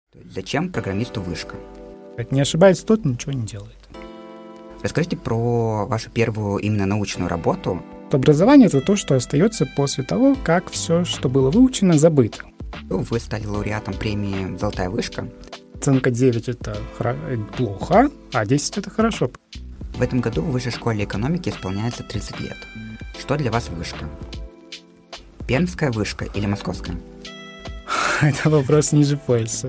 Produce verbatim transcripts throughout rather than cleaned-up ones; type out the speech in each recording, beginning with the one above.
Зачем программисту вышка? Не ошибается тот, ничего не делает. Расскажите про вашу первую именно научную работу. Образование — это то, что остается после того, как все, что было выучено, забыто. Вы стали лауреатом премии «Золотая вышка». Оценка девять — это плохо, а десять — это хорошо. В этом году в Высшей школе экономики исполняется тридцать лет. Что для вас вышка? Пермская вышка или московская? Это вопрос ниже пояса.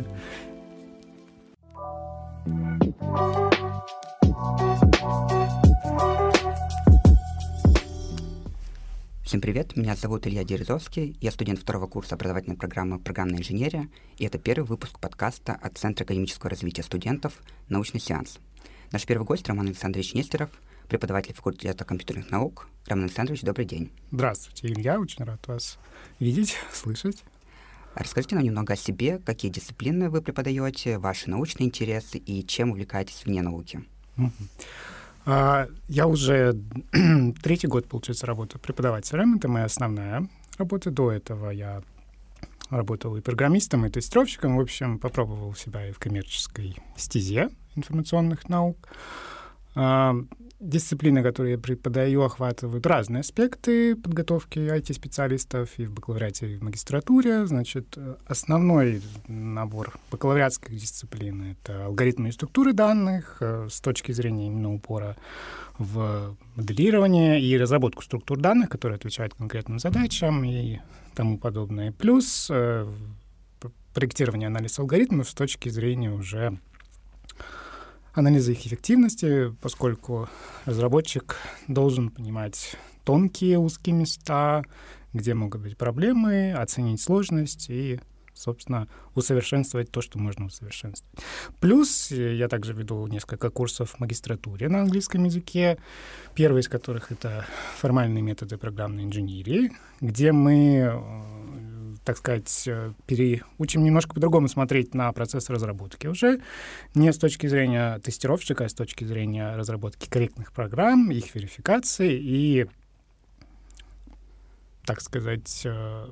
Всем привет, меня зовут Илья Дерезовский, я студент второго курса образовательной программы «Программная инженерия», и это первый выпуск подкаста от Центра академического развития студентов «Научный сеанс». Наш первый гость Роман Александрович Нестеров, преподаватель факультета компьютерных наук. Роман Александрович, добрый день. Здравствуйте, Илья, очень рад вас видеть, слышать. Расскажите нам немного о себе, какие дисциплины вы преподаете, ваши научные интересы и чем увлекаетесь вне науки. Uh-huh. Я уже третий год, получается, работаю преподавателем. Это моя основная работа. До этого я работал и программистом, и тестировщиком. В общем, попробовал себя и в коммерческой стезе информационных наук. Дисциплины, которые я преподаю, охватывают разные аспекты подготовки ай ти-специалистов и в бакалавриате, и в магистратуре. Значит, основной набор бакалавриатских дисциплин — это алгоритмы и структуры данных с точки зрения именно упора в моделирование и разработку структур данных, которые отвечают конкретным задачам и тому подобное. Плюс проектирование, анализ алгоритмов с точки зрения уже анализа их эффективности, поскольку разработчик должен понимать тонкие узкие места, где могут быть проблемы, оценить сложность и, собственно, усовершенствовать то, что можно усовершенствовать. Плюс я также веду несколько курсов в магистратуре на английском языке, первый из которых — это формальные методы программной инженерии, где мы, так сказать, переучим немножко по-другому смотреть на процесс разработки уже, не с точки зрения тестировщика, а с точки зрения разработки корректных программ, их верификации и, так сказать, э,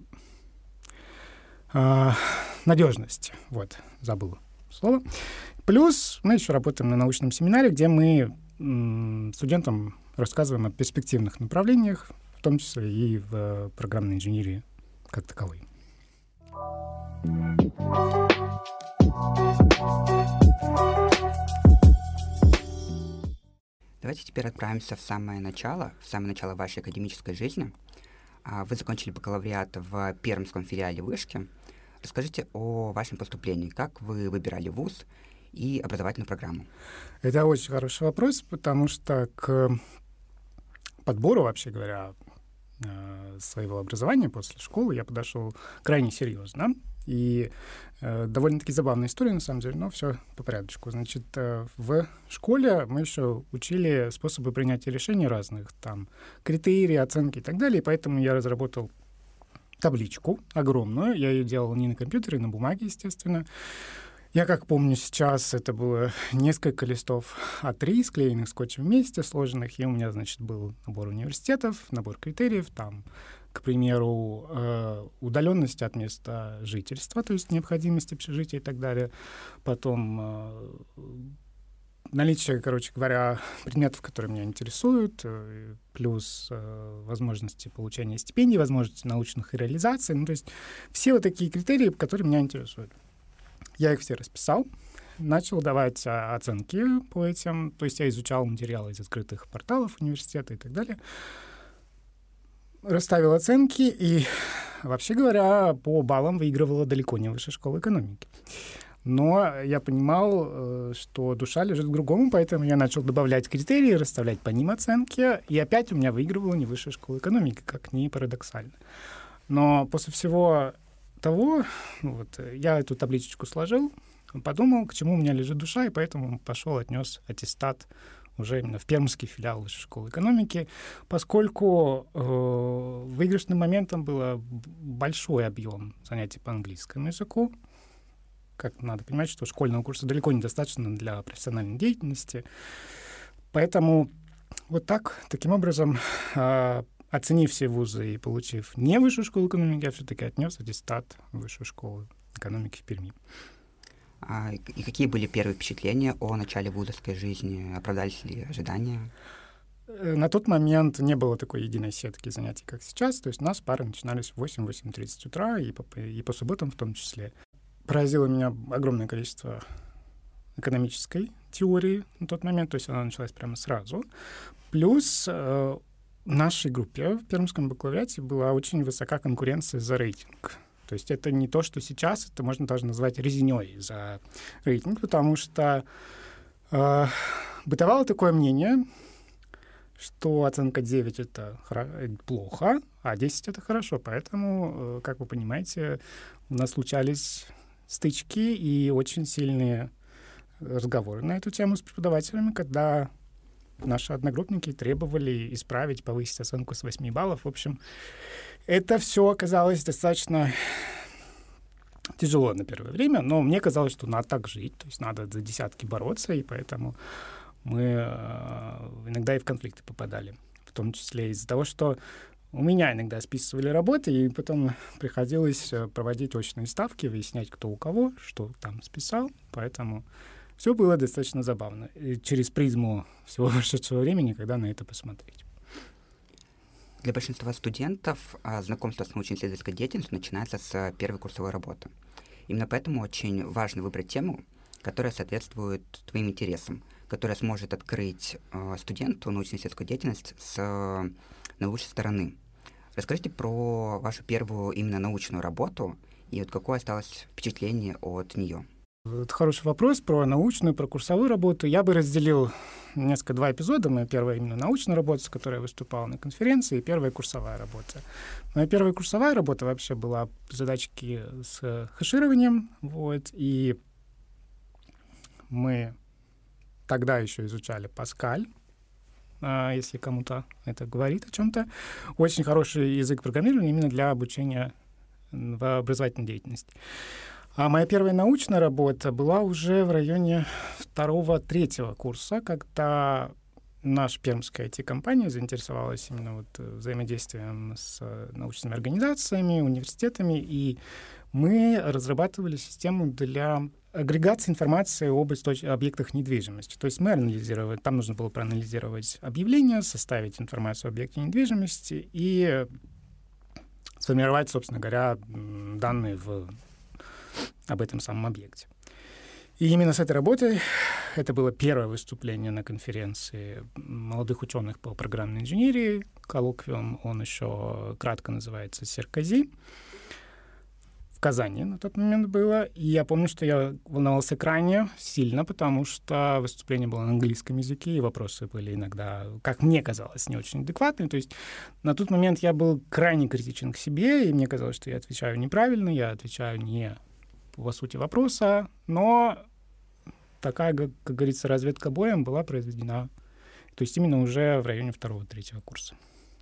э, надежности. Вот, забыл слово. Плюс мы еще работаем на научном семинаре, где мы м, студентам рассказываем о перспективных направлениях, в том числе и в программной инженерии как таковой. Давайте теперь отправимся в самое начало, в самое начало вашей академической жизни. Вы закончили бакалавриат в пермском филиале вышки. Расскажите о вашем поступлении. Как вы выбирали вуз и образовательную программу? Это очень хороший вопрос, потому что к подбору, вообще говоря, своего образования после школы я подошел крайне серьезно. И э, довольно-таки забавная история, на самом деле, но все по порядочку. Значит, э, в школе мы еще учили способы принятия решений разных, там, критерии, оценки и так далее, и поэтому я разработал табличку огромную. Я ее делал не на компьютере, на бумаге, естественно. Я, как помню сейчас, это было несколько листов а три, склеенных скотчем вместе, сложенных, и у меня, значит, был набор университетов, набор критериев, там, к примеру, э, удаленность от места жительства, то есть необходимость общежития и так далее. Потом э, наличие, короче говоря, предметов, которые меня интересуют, э, плюс э, возможности получения стипендий, возможности научных реализаций. Ну, то есть все вот такие критерии, которые меня интересуют. Я их все расписал, начал давать а, оценки по этим, то есть я изучал материалы из открытых порталов университета и так далее, расставил оценки, и, вообще говоря, по баллам выигрывала далеко не Высшая школа экономики. Но я понимал, что душа лежит к другому, поэтому я начал добавлять критерии, расставлять по ним оценки, и опять у меня выигрывала не Высшая школа экономики, как ни парадоксально. Но после всего того, вот, я эту табличечку сложил, подумал, к чему у меня лежит душа, и поэтому пошел, отнес аттестат уже именно в пермский филиал Высшей школы экономики, поскольку э, выигрышным моментом был большой объем занятий по английскому языку. Как надо понимать, что школьного курса далеко недостаточно для профессиональной деятельности. Поэтому вот так, таким образом, э, оценив все вузы и получив не Высшую школу экономики, я все-таки отнес аттестат в Высшую школу экономики в Перми. А, и какие были первые впечатления о начале вузовской жизни? Оправдались ли ожидания? На тот момент не было такой единой сетки занятий, как сейчас. То есть у нас пары начинались в восемь-восемь тридцать утра, и по, и по субботам в том числе. Поразило меня огромное количество экономической теории на тот момент, то есть она началась прямо сразу. Плюс э, в нашей группе в Пермском бакалавриате была очень высока конкуренция за рейтинг. То есть это не то, что сейчас, это можно даже назвать резнёй за рейтинг, потому что э, бытовало такое мнение, что оценка девять — это хра- плохо, а десять — это хорошо. Поэтому, э, как вы понимаете, у нас случались стычки и очень сильные разговоры на эту тему с преподавателями, когда наши одногруппники требовали исправить, повысить оценку с восьми баллов. В общем, это все оказалось достаточно тяжело на первое время, но мне казалось, что надо так жить, то есть надо за десятки бороться, и поэтому мы э, иногда и в конфликты попадали, в том числе из-за того, что у меня иногда списывали работы, и потом приходилось проводить очные ставки, выяснять, кто у кого, что там списал, поэтому все было достаточно забавно. И через призму всего прошедшего времени, когда на это посмотреть. Для большинства студентов а, знакомство с научно-исследовательской деятельностью начинается с первой курсовой работы. Именно поэтому очень важно выбрать тему, которая соответствует твоим интересам, которая сможет открыть а, студенту научно-исследовательскую деятельность с а, научной стороны. Расскажите про вашу первую именно научную работу и вот какое осталось впечатление от нее. Это хороший вопрос про научную, про курсовую работу. Я бы разделил несколько два эпизода. Моя первая именно научная работа, с которой я выступал на конференции, и первая курсовая работа. Моя первая курсовая работа вообще была задачки с хэшированием. Вот, и мы тогда еще изучали Паскаль, если кому-то это говорит о чем-то. Очень хороший язык программирования именно для обучения в образовательной деятельности. А моя первая научная работа была уже в районе второго-третьего курса, когда наша пермская ай ти-компания заинтересовалась именно вот взаимодействием с научными организациями, университетами, и мы разрабатывали систему для агрегации информации об источ... объектах недвижимости. То есть мы анализировали, там нужно было проанализировать объявления, составить информацию о объекте недвижимости и сформировать, собственно говоря, данные в об этом самом объекте. И именно с этой работой, это было первое выступление на конференции молодых ученых по программной инженерии, коллоквиум, он еще кратко называется СЕРКАЗИ, в Казани на тот момент было. И я помню, что я волновался крайне сильно, потому что выступление было на английском языке, и вопросы были иногда, как мне казалось, не очень адекватные. То есть на тот момент я был крайне критичен к себе, и мне казалось, что я отвечаю неправильно, я отвечаю не по сути вопроса, но такая, как, как говорится, разведка боем была произведена, то есть именно уже в районе второго-третьего курса.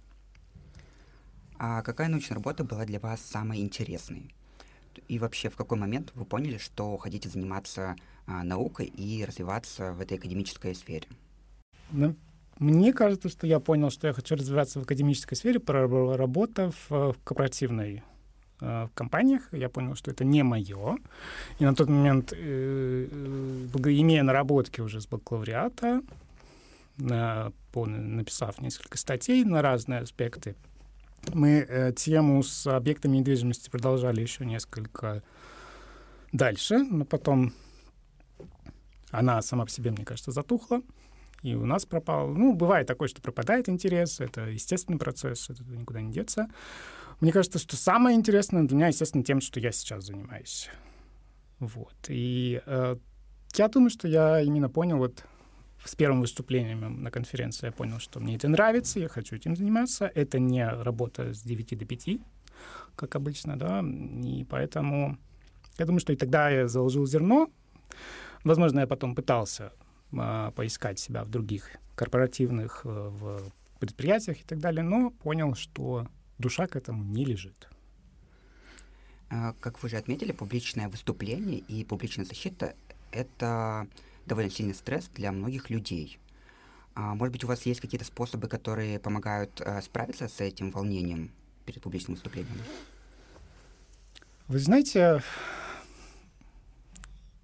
А какая научная работа была для вас самой интересной? И вообще, в какой момент вы поняли, что хотите заниматься а, наукой и развиваться в этой академической сфере? Ну, мне кажется, что я понял, что я хочу развиваться в академической сфере, проработав в корпоративной в компаниях. Я понял, что это не мое. И на тот момент, э, э, имея наработки уже с бакалавриата, на, по, написав несколько статей на разные аспекты, мы э, тему с объектами недвижимости продолжали еще несколько дальше, но потом она сама по себе, мне кажется, затухла, и у нас пропал. Ну, бывает такое, что пропадает интерес, это естественный процесс, это никуда не деться. Мне кажется, что самое интересное для меня, естественно, тем, что я сейчас занимаюсь. Вот. И э, я думаю, что я именно понял, вот с первым выступлением на конференции я понял, что мне это нравится, я хочу этим заниматься. Это не работа с девяти до пяти, как обычно, да, и поэтому я думаю, что и тогда я заложил зерно. Возможно, я потом пытался э, поискать себя в других корпоративных э, в предприятиях и так далее, но понял, что душа к этому не лежит. Как вы же отметили, публичное выступление и публичная защита — это довольно сильный стресс для многих людей. Может быть, у вас есть какие-то способы, которые помогают справиться с этим волнением перед публичным выступлением? Вы знаете,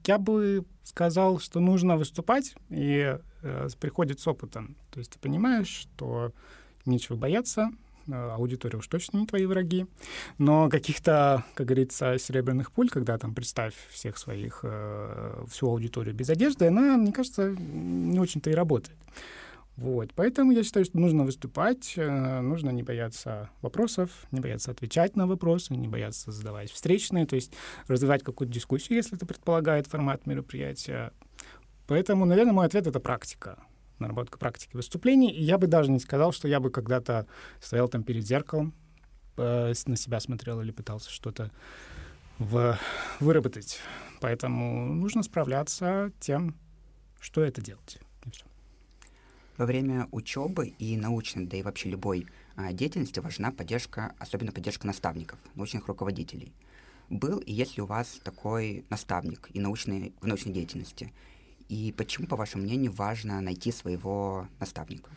я бы сказал, что нужно выступать, и э, приходит с опытом. То есть ты понимаешь, что нечего бояться, аудитория уж точно не твои враги, но каких-то, как говорится, серебряных пуль, когда там представь всех своих, э, всю аудиторию без одежды, она, мне кажется, не очень-то и работает. Вот. Поэтому я считаю, что нужно выступать, э, нужно не бояться вопросов, не бояться отвечать на вопросы, не бояться задавать встречные, то есть развивать какую-то дискуссию, если это предполагает формат мероприятия. Поэтому, наверное, мой ответ — это практика. Наработка практики выступлений. И я бы даже не сказал, что я бы когда-то стоял там перед зеркалом, э, на себя смотрел или пытался что-то в... выработать. Поэтому нужно справляться тем, что это делать. И всё. Во время учебы и научной, да и вообще любой а, деятельности важна поддержка, особенно поддержка наставников, научных руководителей. Был и есть ли у вас такой наставник и научный, в научной деятельности? И почему, по вашему мнению, важно найти своего наставника?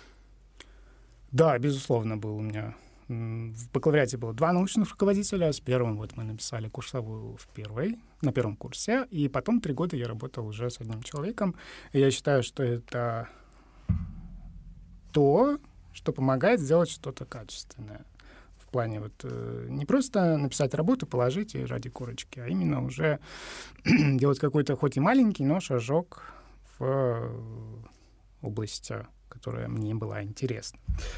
Да, безусловно, был у меня. В бакалавриате было два научных руководителя. С первым вот мы написали курсовую в первой, на первом курсе, и потом три года я работал уже с одним человеком. И я считаю, что это то, что помогает сделать что-то качественное. В плане вот э, не просто написать работу, положить и ради корочки, а именно уже делать какой-то, хоть и маленький, но шажок в область, которая мне была интересна.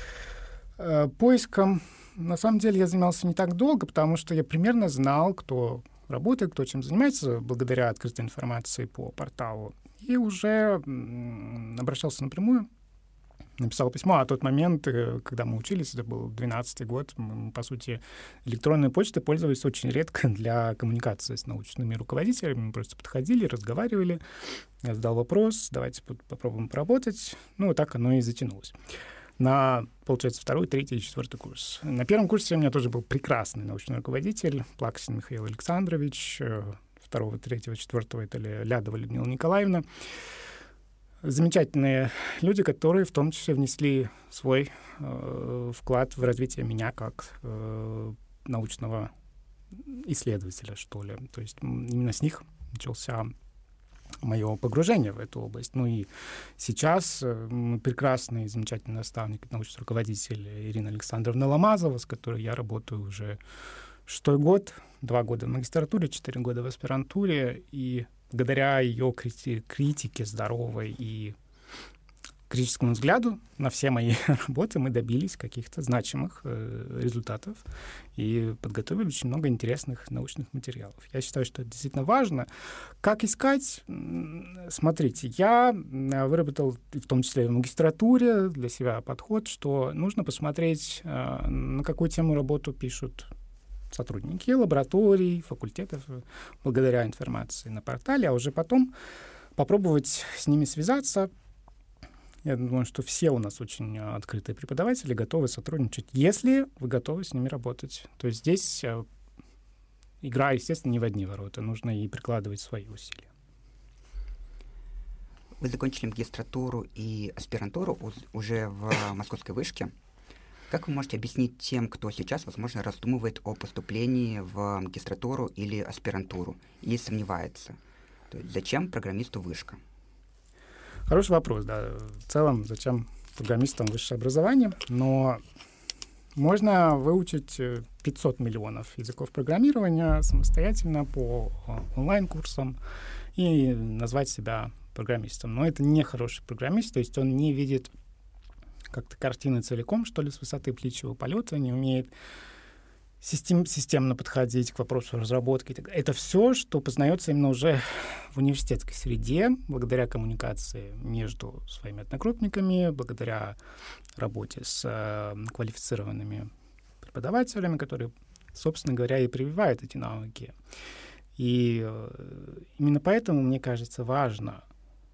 Э, поиском, на самом деле, я занимался не так долго, потому что я примерно знал, кто работает, кто чем занимается, благодаря открытой информации по порталу. И уже м, обращался напрямую. Написал письмо, а тот момент, когда мы учились, это был двенадцатый год, мы, по сути, электронной почтой пользовались очень редко для коммуникации с научными руководителями. Мы просто подходили, разговаривали, я задал вопрос, давайте попробуем поработать. Ну, вот так оно и затянулось. На, получается, второй, третий и четвертый курс. На первом курсе у меня тоже был прекрасный научный руководитель, Плаксин Михаил Александрович, второго, третьего, четвертого — это Лядова Людмила Николаевна. Замечательные люди, которые в том числе внесли свой э, вклад в развитие меня как э, научного исследователя, что ли. То есть именно с них начался мое погружение в эту область. Ну и сейчас э, прекрасный, замечательный наставник, научный руководитель Ирина Александровна Ломазова, с которой я работаю уже шестой год, два года в магистратуре, четыре года в аспирантуре, и благодаря ее крити- критике здоровой и критическому взгляду на все мои работы мы добились каких-то значимых э, результатов и подготовили очень много интересных научных материалов. Я считаю, что это действительно важно. Как искать? Смотрите, я выработал, в том числе в магистратуре, для себя подход, что нужно посмотреть, э, на какую тему работу пишут сотрудники лабораторий, факультетов, благодаря информации на портале, а уже потом попробовать с ними связаться. Я думаю, что все у нас очень открытые преподаватели, готовы сотрудничать, если вы готовы с ними работать. То есть здесь игра, естественно, не в одни ворота, нужно и прикладывать свои усилия. Вы закончили магистратуру и аспирантуру уже в Московской вышке. Как вы можете объяснить тем, кто сейчас, возможно, раздумывает о поступлении в магистратуру или аспирантуру, или сомневается? То есть зачем программисту вышка? Хороший вопрос, да. В целом, зачем программистам высшее образование? Но можно выучить пятьсот миллионов языков программирования самостоятельно по онлайн-курсам и назвать себя программистом. Но это не хороший программист, то есть он не видит как-то картины целиком, что ли, с высоты птичьего полета, не умеет систем, системно подходить к вопросу разработки. Это все, что познается именно уже в университетской среде, благодаря коммуникации между своими одногруппниками, благодаря работе с э, квалифицированными преподавателями, которые, собственно говоря, и прививают эти навыки. И э, именно поэтому, мне кажется, важно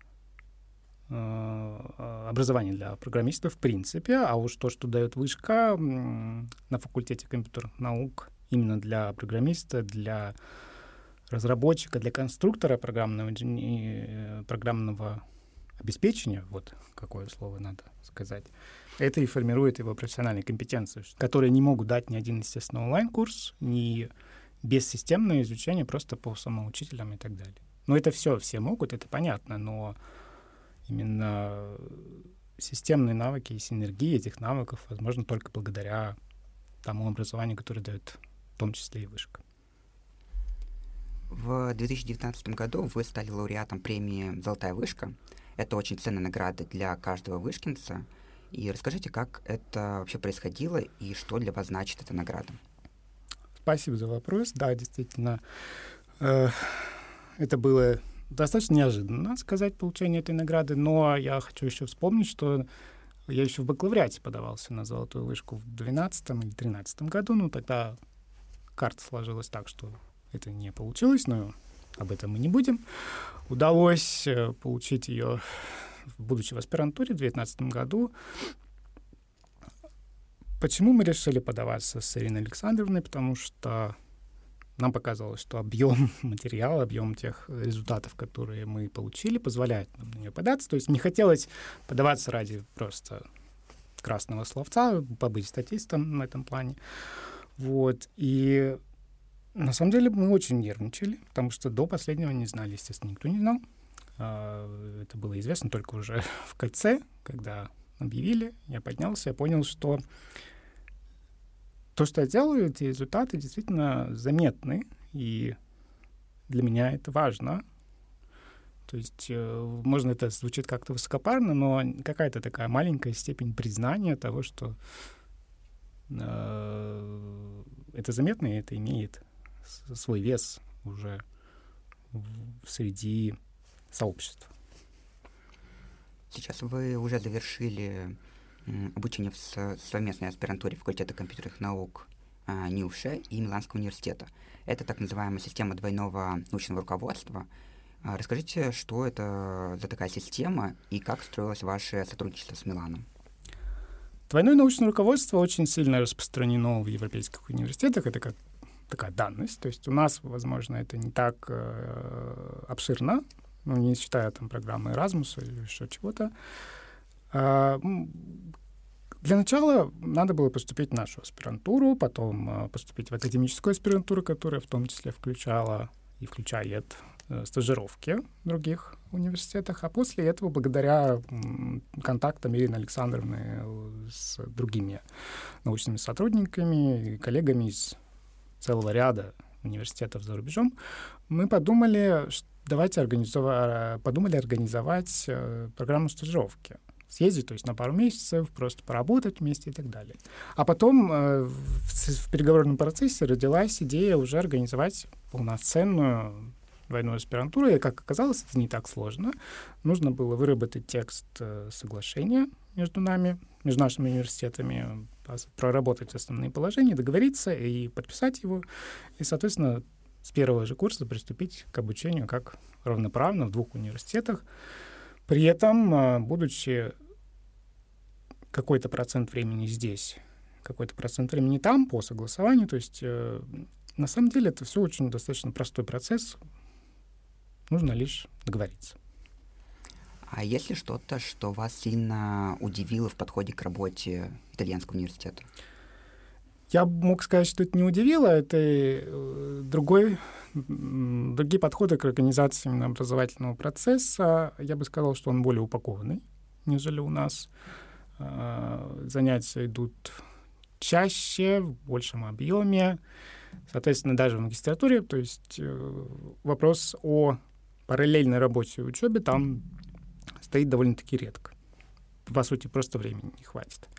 образование для программистов в принципе, а уж то, что дает вышка на факультете компьютерных наук именно для программиста, для разработчика, для конструктора программного, программного обеспечения, вот какое слово надо сказать, это и формирует его профессиональные компетенции, которые не могут дать ни один, естественно, онлайн-курс, ни бессистемное изучение просто по самоучителям и так далее. Ну, это все, все могут, это понятно, но именно системные навыки и синергия этих навыков возможно только благодаря тому образованию, которое дает в том числе и вышка. В две тысячи девятнадцатом году вы стали лауреатом премии «Золотая вышка». Это очень ценная награда для каждого вышкинца. И расскажите, как это вообще происходило и что для вас значит эта награда? Спасибо за вопрос. Да, действительно, э, это было достаточно неожиданно, сказать, получение этой награды, но я хочу еще вспомнить, что я еще в бакалавриате подавался на «Золотую вышку» в две тысячи двенадцатом или две тысячи тринадцатом году, ну тогда карта сложилась так, что это не получилось, но об этом мы не будем. Удалось получить ее, будучи в аспирантуре в две тысячи девятнадцатом году. Почему мы решили подаваться с Ириной Александровной? Потому что нам показалось, что объем материала, объем тех результатов, которые мы получили, позволяет нам на нее податься. То есть не хотелось подаваться ради просто красного словца, побыть статистом в этом плане. Вот. И на самом деле мы очень нервничали, потому что до последнего не знали, естественно, никто не знал. Это было известно только уже в кольце, когда объявили, я поднялся, я понял, что то, что я делаю, эти результаты действительно заметны, и для меня это важно. То есть, э, можно это звучит как-то высокопарно, но какая-то такая маленькая степень признания того, что э, это заметно, и это имеет свой вес уже в, среди сообщества. Сейчас вы уже завершили обучение в совместной аспирантуре факультета компьютерных наук НИУШ и Миланского университета. Это так называемая система двойного научного руководства. Расскажите, что это за такая система и как строилось ваше сотрудничество с Миланом? Двойное научное руководство очень сильно распространено в европейских университетах. Это как такая данность. То есть у нас, возможно, это не так э, обширно, ну, не считая там программы Erasmus или еще чего-то. А, для начала надо было поступить в нашу аспирантуру, потом а, поступить в академическую аспирантуру, которая в том числе включала и включает а, стажировки в других университетах, а после этого, благодаря м, контактам Ирины Александровны с другими научными сотрудниками и коллегами из целого ряда университетов за рубежом, мы подумали, что давайте организовать, подумали организовать э, программу стажировки. Съездить, то есть на пару месяцев, просто поработать вместе и так далее. А потом э, в, в переговорном процессе родилась идея уже организовать полноценную двойную аспирантуру. И, как оказалось, это не так сложно. Нужно было выработать текст э, соглашения между нами, между нашими университетами, проработать основные положения, договориться и подписать его. И, соответственно, с первого же курса приступить к обучению как равноправно в двух университетах. При этом, будучи какой-то процент времени здесь, какой-то процент времени там по согласованию, то есть на самом деле это все очень достаточно простой процесс, нужно лишь договориться. А есть ли что-то, что вас сильно удивило в подходе к работе итальянского университета? Я мог сказать, что это не удивило, это другой, другие подходы к организации именно образовательного процесса. Я бы сказал, что он более упакованный, нежели у нас. Занятия идут чаще, в большем объеме, соответственно, даже в магистратуре. То есть вопрос о параллельной работе и учебе там стоит довольно-таки редко. По сути, просто времени не хватит.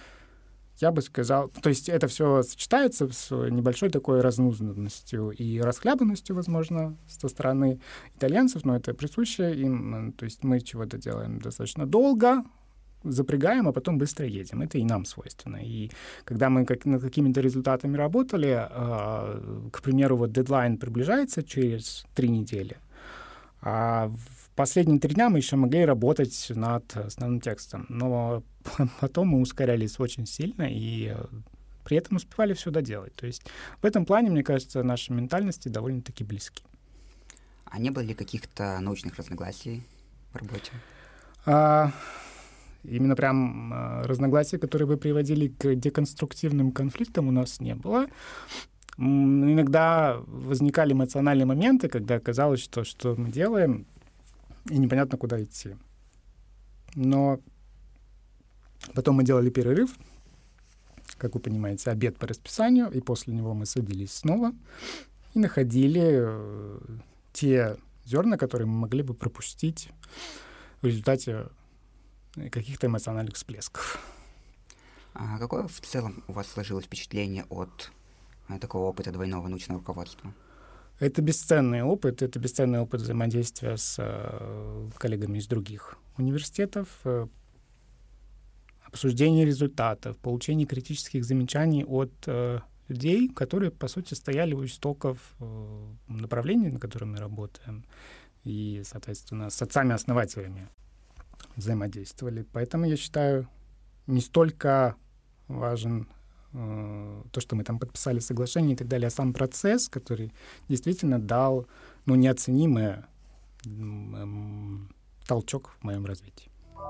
Я бы сказал, то есть это все сочетается с небольшой такой разнузданностью и расхлябанностью, возможно, со стороны итальянцев, но это присуще им. То есть мы чего-то делаем достаточно долго, запрягаем, а потом быстро едем. Это и нам свойственно. И когда мы как, над какими-то результатами работали, э, к примеру, вот дедлайн приближается через три недели, а в последние три дня мы еще могли работать над основным текстом. Но потом мы ускорялись очень сильно и при этом успевали все доделать. То есть в этом плане, мне кажется, наши ментальности довольно-таки близки. А не было ли каких-то научных разногласий в работе? А, именно прям а, разногласий, которые бы приводили к деконструктивным конфликтам, у нас не было. Иногда возникали эмоциональные моменты, когда казалось, что, что мы делаем, и непонятно, куда идти. Но потом мы делали перерыв, как вы понимаете, обед по расписанию, и после него мы садились снова и находили те зерна, которые мы могли бы пропустить в результате каких-то эмоциональных всплесков. А какое в целом у вас сложилось впечатление от а, такого опыта двойного научного руководства? Это бесценный опыт, это бесценный опыт взаимодействия с э, коллегами из других университетов, э, обсуждение результатов, получение критических замечаний от э, людей, которые, по сути, стояли у истоков э, направления, на котором мы работаем, и, соответственно, с отцами-основателями взаимодействовали. Поэтому я считаю, не столько важен э, то, что мы там подписали соглашение и так далее, а сам процесс, который действительно дал ну, неоценимый э, толчок в моем развитии.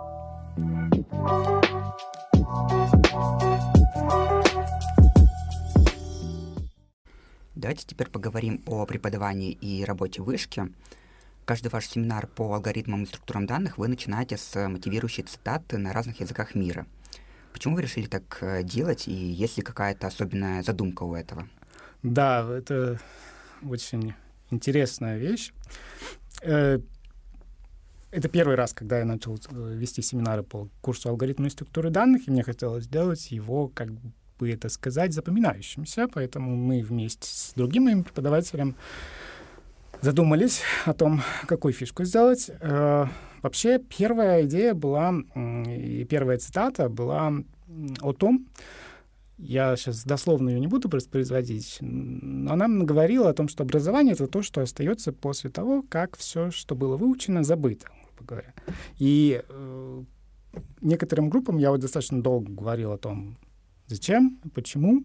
Давайте теперь поговорим о преподавании и работе в вышке. Каждый ваш семинар по алгоритмам и структурам данных вы начинаете с мотивирующей цитаты на разных языках мира. Почему вы решили так делать, и есть ли какая-то особенная задумка у этого? Да, это очень интересная вещь. Это первый раз, когда я начал вести семинары по курсу алгоритмов и структуры данных, и мне хотелось сделать его, как бы это сказать, запоминающимся, поэтому мы вместе с другим моим преподавателем задумались о том, какую фишку сделать. Э, вообще, первая идея была, и первая цитата была о том, я сейчас дословно ее не буду воспроизводить, но она говорила о том, что образование — это то, что остается после того, как все, что было выучено, забыто, грубо говоря. И э, некоторым группам я вот достаточно долго говорил о том, зачем, почему.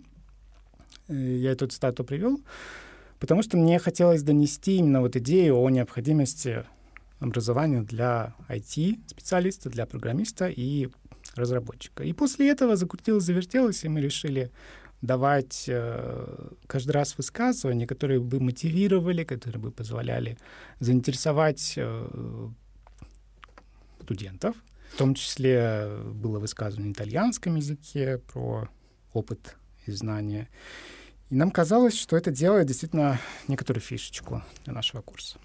Я эту цитату привел. Потому что мне хотелось донести именно вот идею о необходимости образования для ай ти-специалиста, для программиста и разработчика. И после этого закрутилось, завертелось, и мы решили давать э, каждый раз высказывания, которые бы мотивировали, которые бы позволяли заинтересовать э, студентов. В том числе было высказывание на итальянском языке про опыт и знания. И нам казалось, что это делает действительно некоторую фишечку для нашего курса.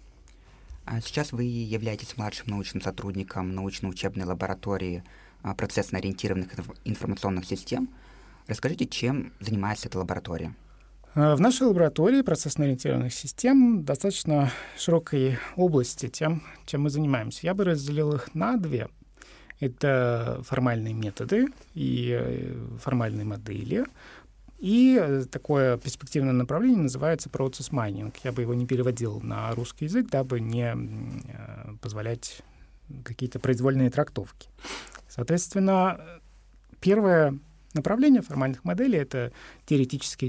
А сейчас вы являетесь младшим научным сотрудником научно-учебной лаборатории процессно-ориентированных информационных систем. Расскажите, чем занимается эта лаборатория? В нашей лаборатории процессно-ориентированных систем достаточно широкой области тем, чем мы занимаемся. Я бы разделил их на две. Это формальные методы и формальные модели. И такое перспективное направление называется process mining. Я бы его не переводил на русский язык, дабы не позволять какие-то произвольные трактовки. Соответственно, первое направление формальных моделей — это теоретические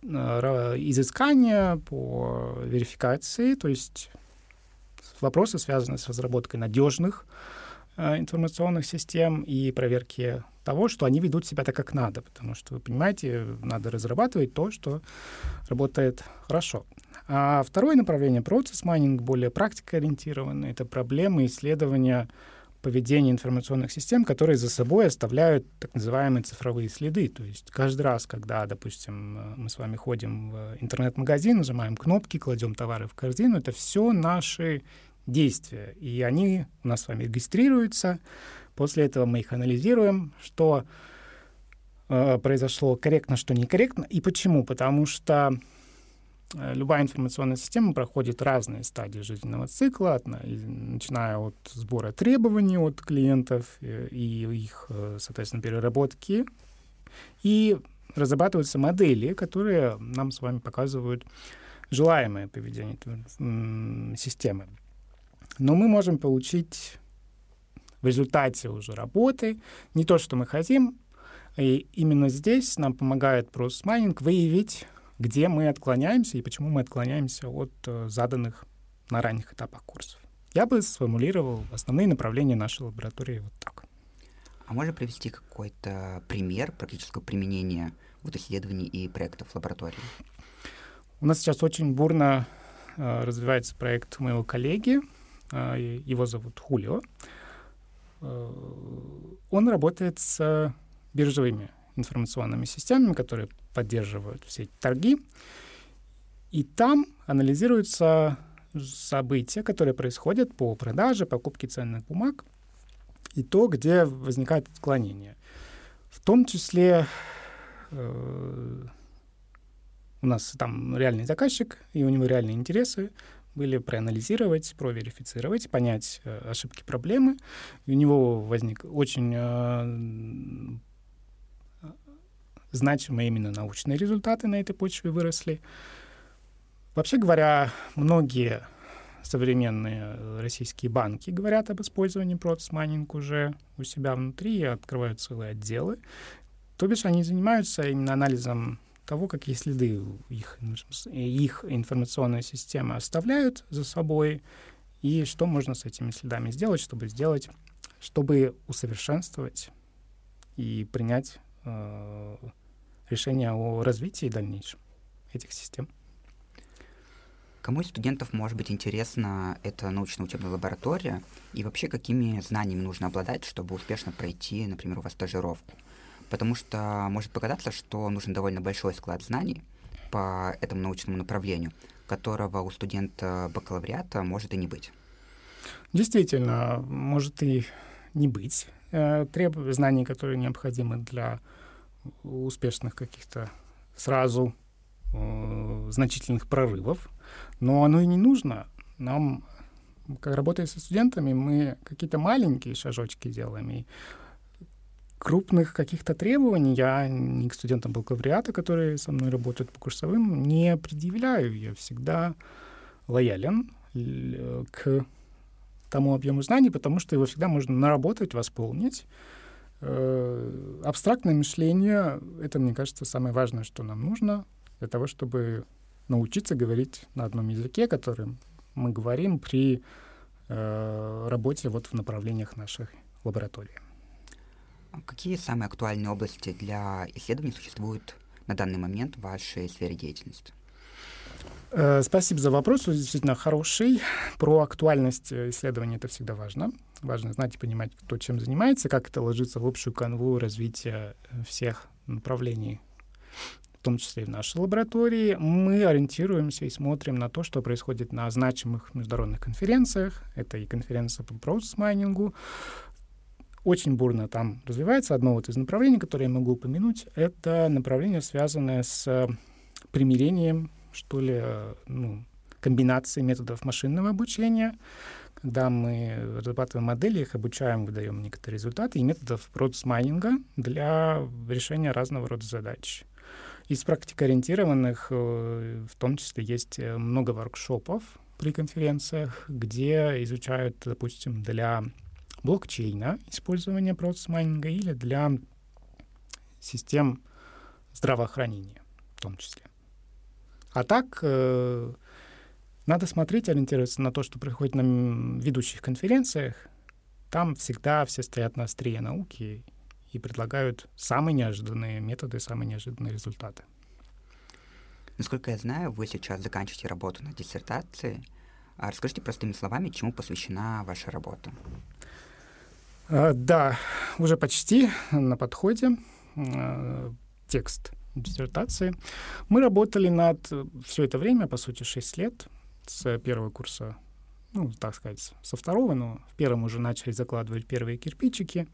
изыскания по верификации, то есть вопросы, связанные с разработкой надежных информационных систем и проверки того, что они ведут себя так, как надо, потому что, вы понимаете, надо разрабатывать то, что работает хорошо. А второе направление, процесс майнинг, более практикоориентированный, это проблемы исследования поведения информационных систем, которые за собой оставляют так называемые цифровые следы. То есть каждый раз, когда, допустим, мы с вами ходим в интернет-магазин, нажимаем кнопки, кладем товары в корзину, это все наши действия, и они у нас с вами регистрируются. После этого мы их анализируем, что э, произошло корректно, что некорректно. И почему? Потому что э, любая информационная система проходит разные стадии жизненного цикла, от, начиная от сбора требований от клиентов и, и их, соответственно, переработки. И разрабатываются модели, которые нам с вами показывают желаемое поведение э, системы. Но мы можем получить в результате уже работы не то, что мы хотим. И именно здесь нам помогает process mining выявить, где мы отклоняемся и почему мы отклоняемся от uh, заданных на ранних этапах курсов. Я бы сформулировал основные направления нашей лаборатории вот так. А можно привести какой-то пример практического применения вот исследований и проектов лаборатории? У нас сейчас очень бурно э, развивается проект моего коллеги. Э, его зовут Хулио. Э, он работает с биржевыми информационными системами, которые поддерживают все эти торги. И там анализируются события, которые происходят по продаже, покупке ценных бумаг, и то, где возникает отклонение. В том числе э, у нас там реальный заказчик, и у него реальные интересы были проанализировать, проверифицировать, понять э, ошибки, проблемы. И у него возник очень э, значимые именно научные результаты на этой почве выросли. Вообще говоря, многие современные российские банки говорят об использовании процесс-майнинг уже у себя внутри и открывают целые отделы. То бишь они занимаются именно анализом того, какие следы их, их информационная система оставляют за собой, и что можно с этими следами сделать, чтобы сделать, чтобы усовершенствовать и принять э, решение о развитии дальнейшем этих систем. Кому из студентов может быть интересна эта научно-учебная лаборатория, и вообще какими знаниями нужно обладать, чтобы успешно пройти, например, у вас стажировку? Потому что может показаться, что нужен довольно большой склад знаний по этому научному направлению, которого у студента бакалавриата может и не быть. Действительно, может и не быть э, треб... знаний, которые необходимы для успешных каких-то сразу э, значительных прорывов, но оно и не нужно. Нам, как работая со студентами, мы какие-то маленькие шажочки делаем, и крупных каких-то требований я ни к студентам бакалавриата, которые со мной работают по курсовым, не предъявляю. Я всегда лоялен к тому объему знаний, потому что его всегда можно наработать, восполнить. Э, абстрактное мышление — это, мне кажется, самое важное, что нам нужно для того, чтобы научиться говорить на одном языке, которым мы говорим при э, работе вот в направлениях нашей лаборатории. Какие самые актуальные области для исследований существуют на данный момент в вашей сфере деятельности? Э, спасибо за вопрос. Он действительно хороший. Про актуальность исследований это всегда важно. Важно знать и понимать, кто чем занимается, как это ложится в общую канву развития всех направлений, в том числе и в нашей лаборатории. Мы ориентируемся и смотрим на то, что происходит на значимых международных конференциях. Это и конференция по процесс-майнингу. Очень бурно там развивается. Одно вот из направлений, которое я могу упомянуть, это направление, связанное с примирением, что ли, ну, комбинации методов машинного обучения, когда мы разрабатываем модели, их обучаем, выдаем некоторые результаты, и методов процесс-майнинга для решения разного рода задач. Из практикоориентированных, в том числе, есть много воркшопов при конференциях, где изучают, допустим, для блокчейна использование процесс-майнинга или для систем здравоохранения в том числе. А так э, надо смотреть, ориентироваться на то, что происходит на ведущих конференциях. Там всегда все стоят на острие науки и предлагают самые неожиданные методы, самые неожиданные результаты. Насколько я знаю, вы сейчас заканчиваете работу над диссертацией. А расскажите простыми словами, чему посвящена ваша работа? А, да, уже почти на подходе. А, текст диссертации. Мы работали над все это время, по сути, шесть лет, с первого курса, ну, так сказать, со второго, но в первом уже начали закладывать первые кирпичики.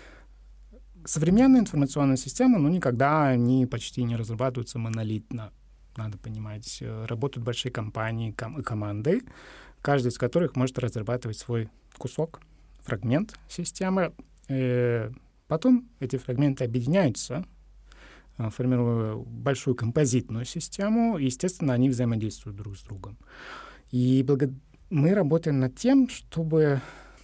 Современные информационные системы, ну, никогда они почти не разрабатываются монолитно. Надо понимать, работают большие компании ком- и команды, каждая из которых может разрабатывать свой кусок, фрагмент системы. И потом эти фрагменты объединяются, формируя большую композитную систему, и, естественно, они взаимодействуют друг с другом. И благо... мы работаем над тем, чтобы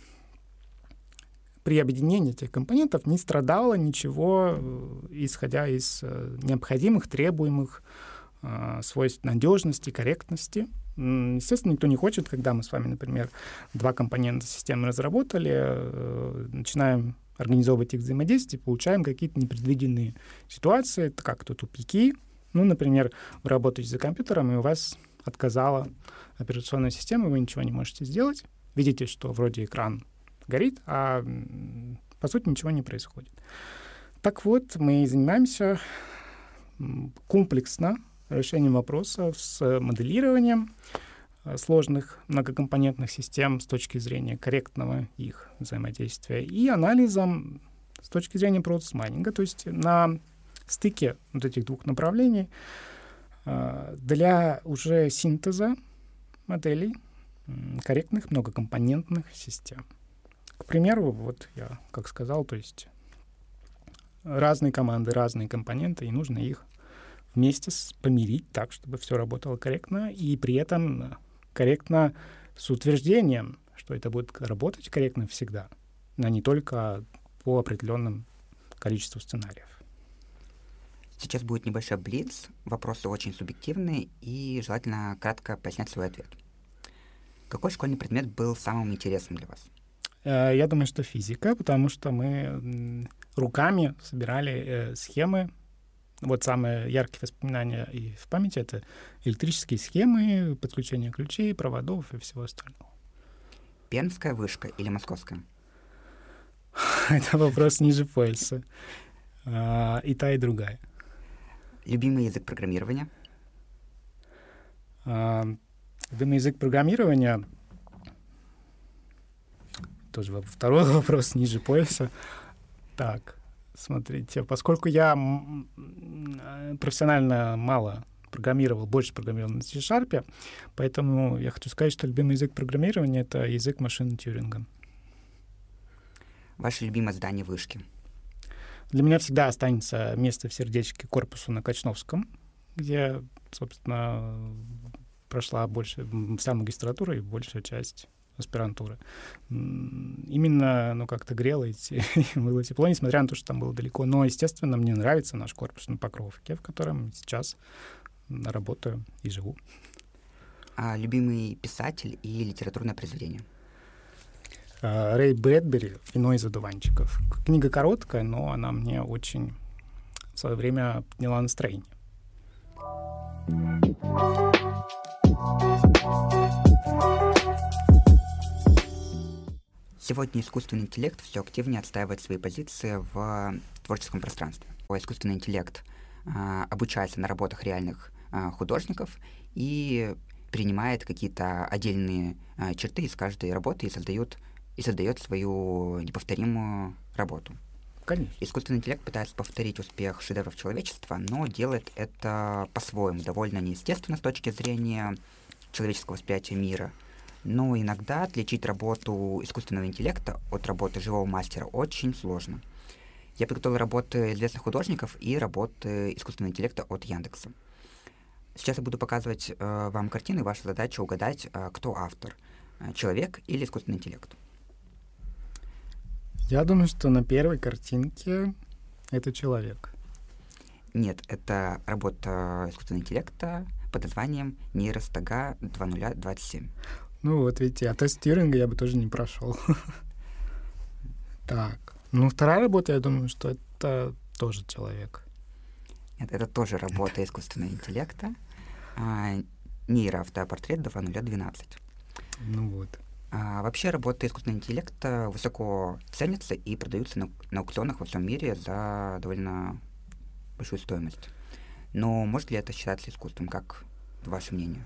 при объединении этих компонентов не страдало ничего, исходя из необходимых, требуемых э, свойств надежности, корректности. Естественно, никто не хочет, когда мы с вами, например, два компонента системы разработали, э, начинаем организовывать их взаимодействие, получаем какие-то непредвиденные ситуации, как то тупики. Ну, например, вы работаете за компьютером, и у вас отказала операционная система, вы ничего не можете сделать. Видите, что вроде экран горит, а по сути ничего не происходит. Так вот, мы занимаемся комплексно решением вопросов с моделированием сложных многокомпонентных систем с точки зрения корректного их взаимодействия и анализом с точки зрения процесс-майнинга, то есть на стыке вот этих двух направлений для уже синтеза моделей корректных многокомпонентных систем. К примеру, вот я как сказал, то есть разные команды, разные компоненты, и нужно их вместе помирить так, чтобы все работало корректно, и при этом корректно с утверждением, что это будет работать корректно всегда, а не только по определенным количеству сценариев. Сейчас будет небольшой блиц, вопросы очень субъективные, и желательно кратко пояснять свой ответ. Какой школьный предмет был самым интересным для вас? Я думаю, что физика, потому что мы руками собирали схемы. Вот самые яркие воспоминания и в памяти — это электрические схемы, подключение ключей, проводов и всего остального. Пермская вышка или московская? Это вопрос ниже пояса. И та, и другая. Любимый язык программирования? Любимый язык программирования — тоже второй вопрос ниже пояса. Так, смотрите, поскольку я профессионально мало программировал, больше программировал на C-Sharp, поэтому я хочу сказать, что любимый язык программирования — это язык машины Тьюринга. Ваше любимое здание вышки? Для меня всегда останется место в сердечке корпусу на Качновском, где, собственно, прошла больше, вся магистратура и большая часть аспирантуры. Именно, ну, как-то грело идти, было тепло, несмотря на то, что там было далеко. Но, естественно, мне нравится наш корпус на Покровке, в котором сейчас работаю и живу. А любимый писатель и литературное произведение? Рэй Брэдбери «Вино из одуванчиков». Книга короткая, но она мне очень в свое время подняла настроение. Сегодня искусственный интеллект все активнее отстаивает свои позиции в творческом пространстве. Искусственный интеллект а, обучается на работах реальных а, художников и принимает какие-то отдельные а, черты из каждой работы и создает, и создает свою неповторимую работу. Конечно. Искусственный интеллект пытается повторить успех шедевров человечества, но делает это по-своему, довольно неестественно с точки зрения человеческого восприятия мира. Но иногда отличить работу искусственного интеллекта от работы живого мастера очень сложно. Я подготовил работы известных художников и работы искусственного интеллекта от Яндекса. Сейчас я буду показывать э, вам картины, и ваша задача угадать, э, кто автор, э, человек или искусственный интеллект. Я думаю, что на первой картинке это человек. Нет, это работа искусственного интеллекта под названием нейростага две тысячи двадцать семь. Ну вот видите, а тест Тьюринга я бы тоже не прошел. Так, ну вторая работа, я думаю, что это тоже человек. Нет, это тоже работа искусственного интеллекта. А, нейроавтопортрет две тысячи двенадцать. Ну вот. А, вообще работы искусственного интеллекта высоко ценятся и продаются на, на аукционах во всем мире за довольно большую стоимость. Но может ли это считаться искусством? Как ваше мнение?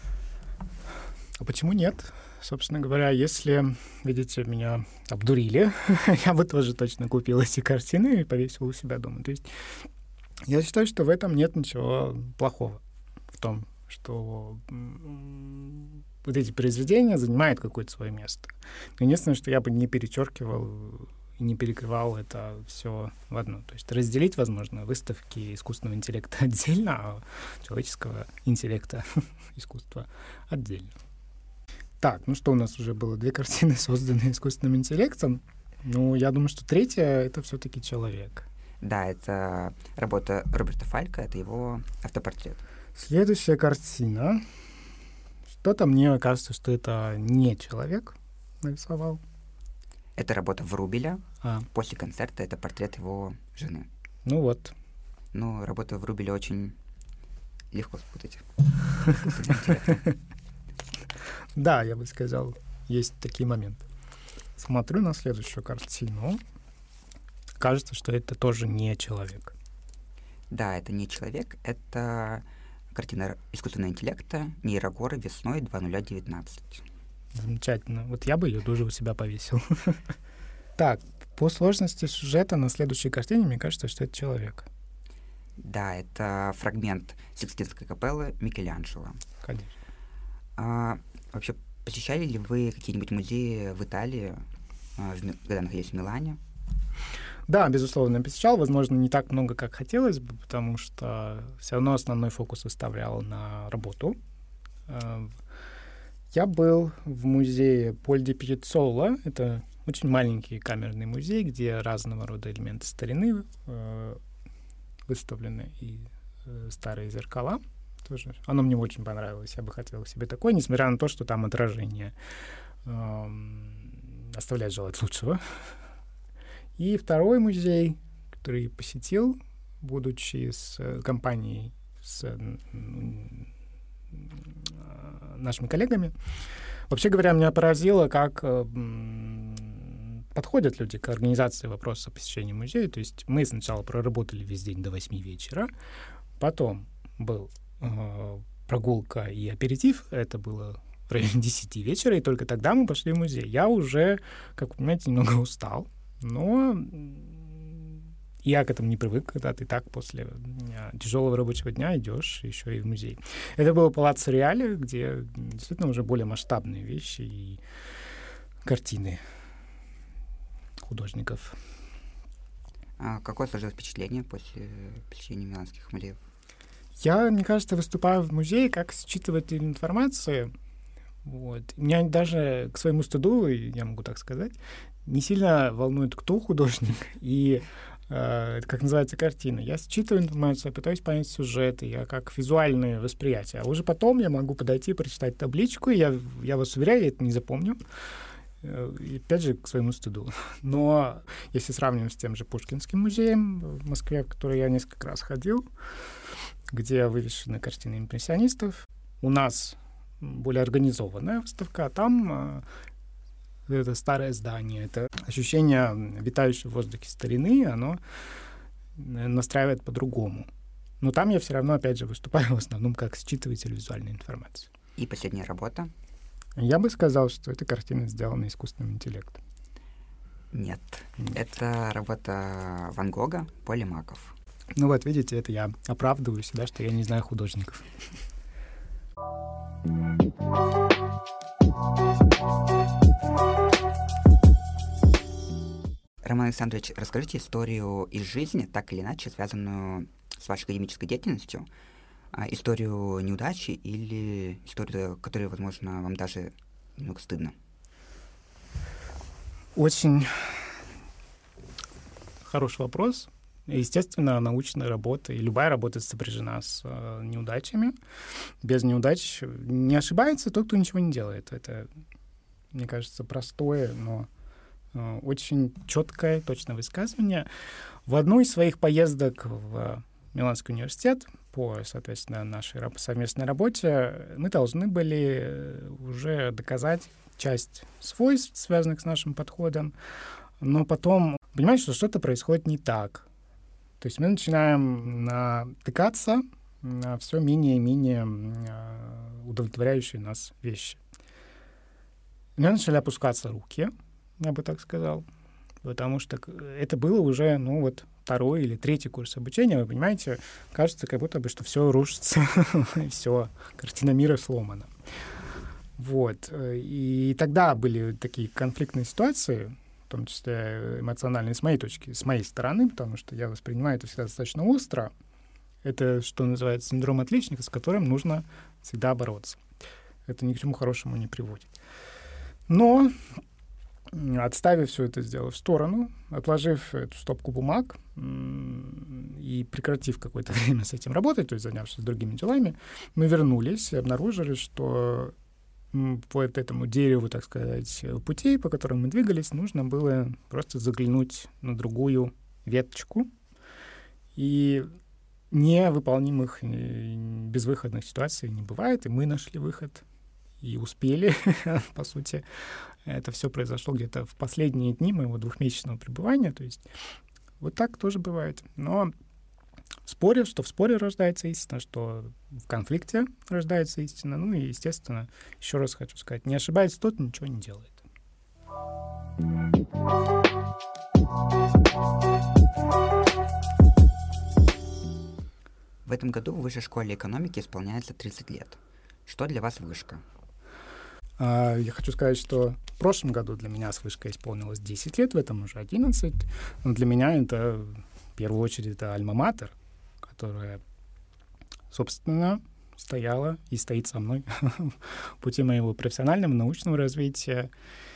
А почему нет? Собственно говоря, если, видите, меня обдурили, я бы тоже точно купил эти картины и повесил у себя дома. То есть я считаю, что в этом нет ничего плохого. В том, что вот эти произведения занимают какое-то свое место. Единственное, что я бы не перечеркивал и не перекрывал это все в одно. То есть разделить, возможно, выставки искусственного интеллекта отдельно, а человеческого интеллекта искусства отдельно. Так, ну что, у нас уже было две картины, созданные искусственным интеллектом. Ну, я думаю, что третья — это все-таки человек. Да, это работа Роберта Фалька, это его автопортрет. Следующая картина. Что-то мне кажется, что это не человек нарисовал. Это работа Врубеля. А. После концерта это портрет его жены. Ну вот. Ну, работа Врубеля очень легко спутать. Да, я бы сказал, есть такие моменты. Смотрю на следующую картину. Кажется, что это тоже не человек. Да, это не человек, это картина искусственного интеллекта «Нейрогоры весной две тысячи девятнадцать». Замечательно. Вот я бы ее тоже у себя повесил. Так, по сложности сюжета на следующей картине, мне кажется, что это человек. Да, это фрагмент Сикстинской капеллы Микеланджело. Конечно. А, вообще, посещали ли вы какие-нибудь музеи в Италии, в, когда находились в Милане? Да, безусловно, посещал. Возможно, не так много, как хотелось бы, потому что все равно основной фокус оставлял на работу. Я был в музее Поль ди Пьяццола. Это очень маленький камерный музей, где разного рода элементы старины выставлены, и старые зеркала тоже. Оно мне очень понравилось. Я бы хотел себе такое, несмотря на то, что там отражение оставляет желать лучшего. И второй музей, который я посетил, будучи с компанией, с нашими коллегами. Вообще говоря, меня поразило, как подходят люди к организации вопроса посещения музея. То есть мы сначала проработали весь день до восьми вечера, потом был э, прогулка и аперитив, это было в районе десяти вечера, и только тогда мы пошли в музей. Я уже, как вы понимаете, немного устал, но я к этому не привык, когда ты так после тяжелого рабочего дня идешь еще и в музей. Это было Палаццо Реале, где действительно уже более масштабные вещи и картины художников. А какое сложилось впечатление после посещения миланских музеев? Я, мне кажется, выступаю в музее как считыватель информации. Вот. Меня даже к своему стыду, я могу так сказать, не сильно волнует, кто художник и э, как называется картина. Я считываю информацию, я пытаюсь понять сюжет, я как визуальное восприятие. А уже потом я могу подойти, прочитать табличку, и я, я вас уверяю, я это не запомню. И опять же, к своему стыду. Но если сравнивать с тем же Пушкинским музеем в Москве, в который я несколько раз ходил, где вывешены картины импрессионистов, у нас более организованная выставка, а там э, это старое здание, это ощущение витающей в воздухе старины, оно настраивает по-другому. Но там я все равно, опять же, выступаю в основном как считыватель визуальной информации. И последняя работа? Я бы сказал, что эта картина сделана искусственным интеллектом. Нет. Нет. Это работа Ван Гога «Полимаков». Ну вот, видите, это я оправдываю себя, что я не знаю художников. Роман Александрович, расскажите историю из жизни, так или иначе связанную с вашей академической деятельностью, историю неудачи или историю, которая, возможно, вам даже немного стыдно? Очень хороший вопрос. Естественно, научная работа и любая работа сопряжена с э, неудачами. Без неудач не ошибается тот, кто ничего не делает. Это, мне кажется, простое, но э, очень четкое, точное высказывание. В одной из своих поездок в Миланский университет по, соответственно, нашей совместной работе мы должны были уже доказать часть свойств, связанных с нашим подходом, но потом понимаешь, что что-то происходит не так. То есть мы начинаем натыкаться на все менее и менее удовлетворяющие нас вещи. У меня начали опускаться руки, я бы так сказал, потому что это было уже, ну вот, второй или третий курс обучения, вы понимаете, кажется, как будто бы, что все рушится, и все, картина мира сломана. Вот. И тогда были такие конфликтные ситуации, в том числе эмоциональные с моей точки, с моей стороны, потому что я воспринимаю это всегда достаточно остро. Это, что называется, синдром отличника, с которым нужно всегда бороться. Это ни к чему хорошему не приводит. Но, отставив все это дело в сторону, отложив эту стопку бумаг и прекратив какое-то время с этим работать, то есть занявшись другими делами, мы вернулись и обнаружили, что по этому дереву, так сказать, путей, по которым мы двигались, нужно было просто заглянуть на другую веточку. И невыполнимых, безвыходных ситуаций не бывает, и мы нашли выход и успели, по сути. Это все произошло где-то в последние дни моего двухмесячного пребывания, то есть вот так тоже бывает. Но в споре, что в споре рождается истина, что в конфликте рождается истина. Ну и, естественно, еще раз хочу сказать, не ошибается тот, ничего не делает. В этом году в Высшей школе экономики исполняется тридцать лет. Что для вас вышка? А, я хочу сказать, что в прошлом году для меня с вышкой исполнилось десять лет, в этом уже одиннадцать. Но для меня это, в первую очередь, это альма-матер, которая, собственно, стояла и стоит со мной в пути моего профессионального, научного развития.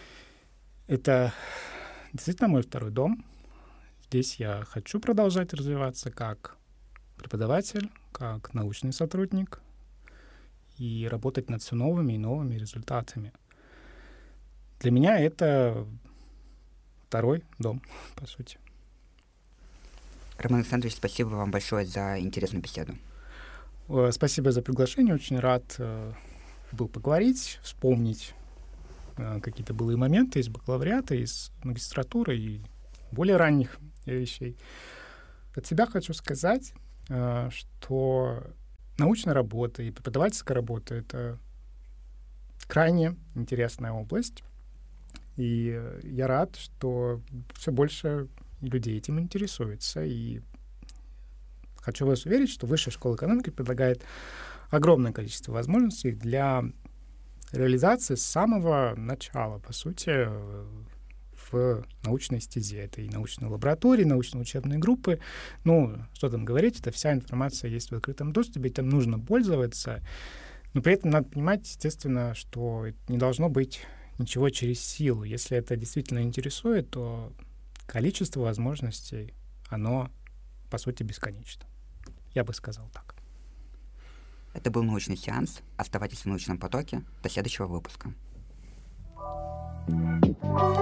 Это действительно мой второй дом. Здесь я хочу продолжать развиваться как преподаватель, как научный сотрудник и работать над все новыми и новыми результатами. Для меня это второй дом, по сути. Роман Александрович, спасибо вам большое за интересную беседу. Спасибо за приглашение. Очень рад э, был поговорить, вспомнить э, какие-то былые моменты из бакалавриата, из магистратуры и более ранних вещей. От себя хочу сказать, э, что научная работа и преподавательская работа — это крайне интересная область. И я рад, что все больше людей этим интересуется. И хочу вас уверить, что Высшая школа экономики предлагает огромное количество возможностей для реализации с самого начала, по сути, в научной стезе. Это и научные лаборатории, научно-учебные группы. Ну, что там говорить, это вся информация есть в открытом доступе, этим нужно пользоваться. Но при этом надо понимать, естественно, что не должно быть ничего через силу. Если это действительно интересует, то количество возможностей, оно, по сути, бесконечно. Я бы сказал так. Это был научный сеанс. Оставайтесь в научном потоке. До следующего выпуска.